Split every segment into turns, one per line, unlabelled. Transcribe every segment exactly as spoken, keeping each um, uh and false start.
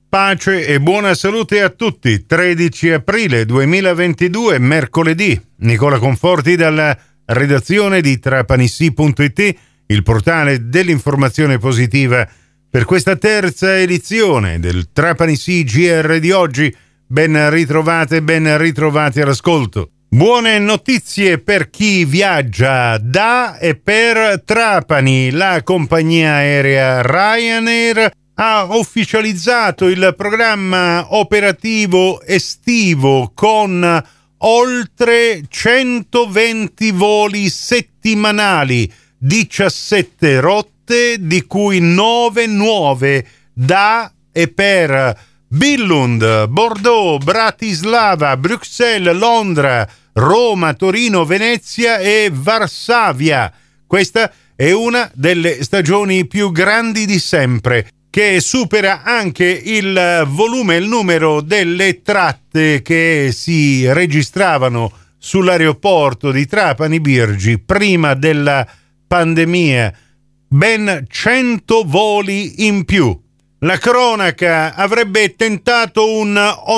Pace e buona salute a tutti. tredici aprile duemilaventidue, mercoledì. Nicola Conforti dalla redazione di Trapanissi punto it, il portale dell'informazione positiva, per questa terza edizione del Trapanissi G R di oggi. Ben ritrovate, ben ritrovati all'ascolto. Buone notizie per chi viaggia da e per Trapani. La compagnia aerea Ryanair ha ufficializzato il programma operativo estivo con oltre centoventi voli settimanali, diciassette rotte, di cui nove nuove da e per Billund, Bordeaux, Bratislava, Bruxelles, Londra, Roma, Torino, Venezia e Varsavia. Questa è una delle stagioni più grandi di sempre, che supera anche il volume e il numero delle tratte che si registravano sull'aeroporto di Trapani Birgi prima della pandemia. Ben cento voli in più. La cronaca avrebbe tentato un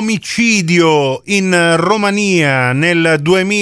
omicidio in Romania nel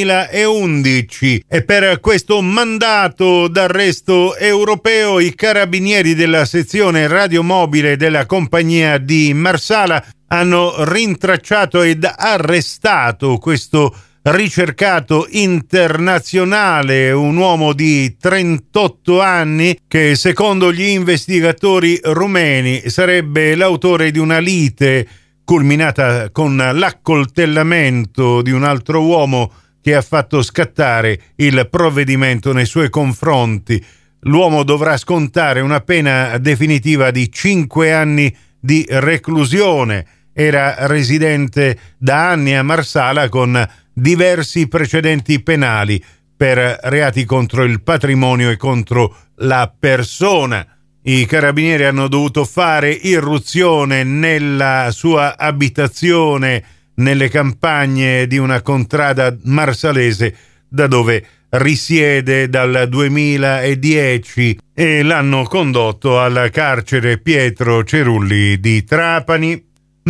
duemilaundici e per questo mandato d'arresto europeo i carabinieri della sezione radiomobile della compagnia di Marsala hanno rintracciato ed arrestato questo ricercato internazionale, un uomo di trentotto anni che secondo gli investigatori rumeni sarebbe l'autore di una lite culminata con l'accoltellamento di un altro uomo che ha fatto scattare il provvedimento nei suoi confronti. L'uomo dovrà scontare una pena definitiva di cinque anni di reclusione. Era residente da anni a Marsala con diversi precedenti penali per reati contro il patrimonio e contro la persona. I carabinieri hanno dovuto fare irruzione nella sua abitazione nelle campagne di una contrada marsalese da dove risiede dal duemiladieci e l'hanno condotto al carcere Pietro Cerulli di Trapani.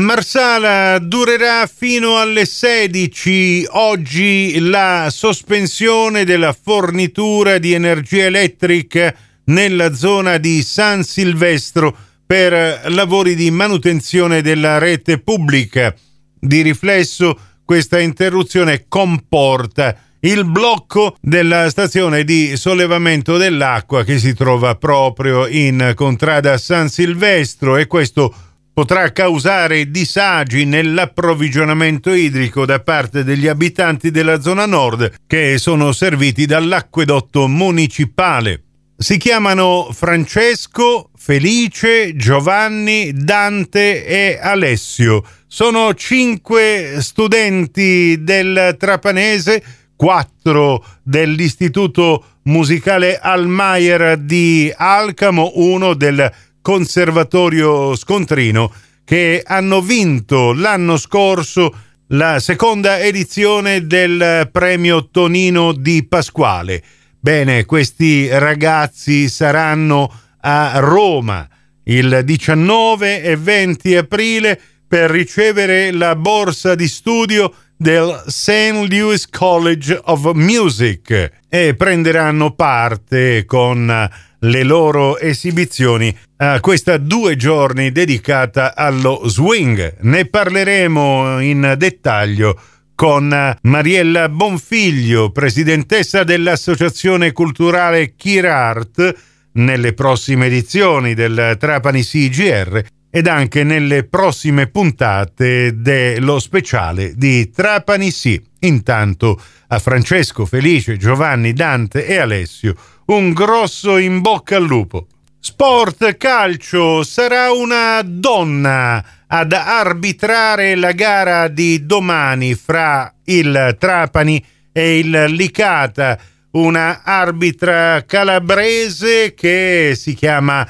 Marsala durerà fino alle sedici. Oggi la sospensione della fornitura di energia elettrica nella zona di San Silvestro per lavori di manutenzione della rete pubblica. Di riflesso, questa interruzione comporta il blocco della stazione di sollevamento dell'acqua che si trova proprio in contrada San Silvestro, e questo potrà causare disagi nell'approvvigionamento idrico da parte degli abitanti della zona nord che sono serviti dall'acquedotto municipale. Si chiamano Francesco, Felice, Giovanni, Dante e Alessio. Sono cinque studenti del Trapanese, quattro dell'Istituto Musicale Almayer di Alcamo, uno del Conservatorio Scontrino, che hanno vinto l'anno scorso la seconda edizione del premio Tonino di Pasquale. Bene, questi ragazzi saranno a Roma il diciannove e venti aprile per ricevere la borsa di studio del Saint Louis College of Music e prenderanno parte con le loro esibizioni a questa due giorni dedicata allo swing. Ne parleremo in dettaglio con Mariella Bonfiglio, presidentessa dell'Associazione Culturale Kirart, nelle prossime edizioni del Trapanissi G R ed anche nelle prossime puntate dello speciale di Trapanissi. Intanto a Francesco, Felice, Giovanni, Dante e Alessio un grosso in bocca al lupo. Sport calcio, sarà una donna ad arbitrare la gara di domani fra il Trapani e il Licata, una arbitra calabrese che si chiama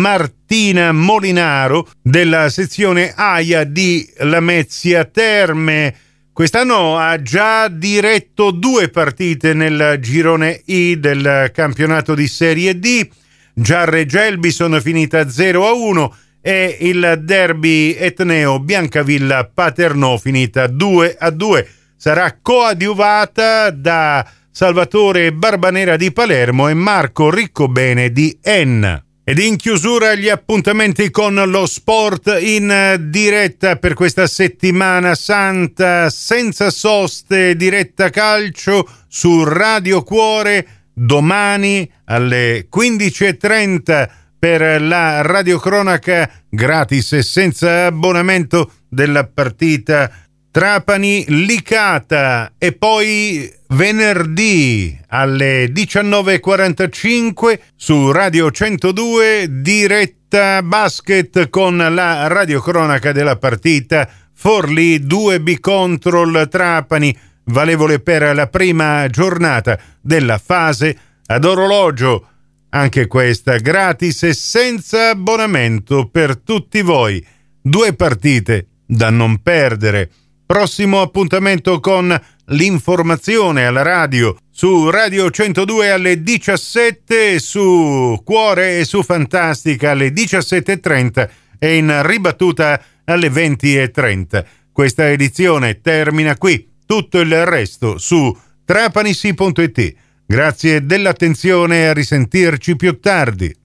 Martina Molinaro della sezione AIA di Lamezia Terme. Quest'anno ha già diretto due partite nel girone I del campionato di Serie D. Giarre Gelbi sono finita zero a uno e il derby etneo Biancavilla Paternò finita due a due. Sarà coadiuvata da Salvatore Barbanera di Palermo e Marco Riccobene di Enna. Ed in chiusura gli appuntamenti con lo sport in diretta per questa settimana santa, senza soste, diretta calcio su Radio Cuore domani alle quindici e trenta per la radiocronaca gratis e senza abbonamento della partita Trapani-Licata, e poi venerdì alle diciannove e quarantacinque su Radio centodue diretta basket con la radiocronaca della partita Forlì due B contro il Trapani, valevole per la prima giornata della fase ad orologio, anche questa gratis e senza abbonamento per tutti voi. Due partite da non perdere. Prossimo appuntamento con l'informazione alla radio su Radio centodue alle diciassette, su Cuore e su Fantastica alle diciassette e trenta e in ribattuta alle venti e trenta. Questa edizione termina qui, tutto il resto su trapanissi punto it. Grazie dell'attenzione e a risentirci più tardi.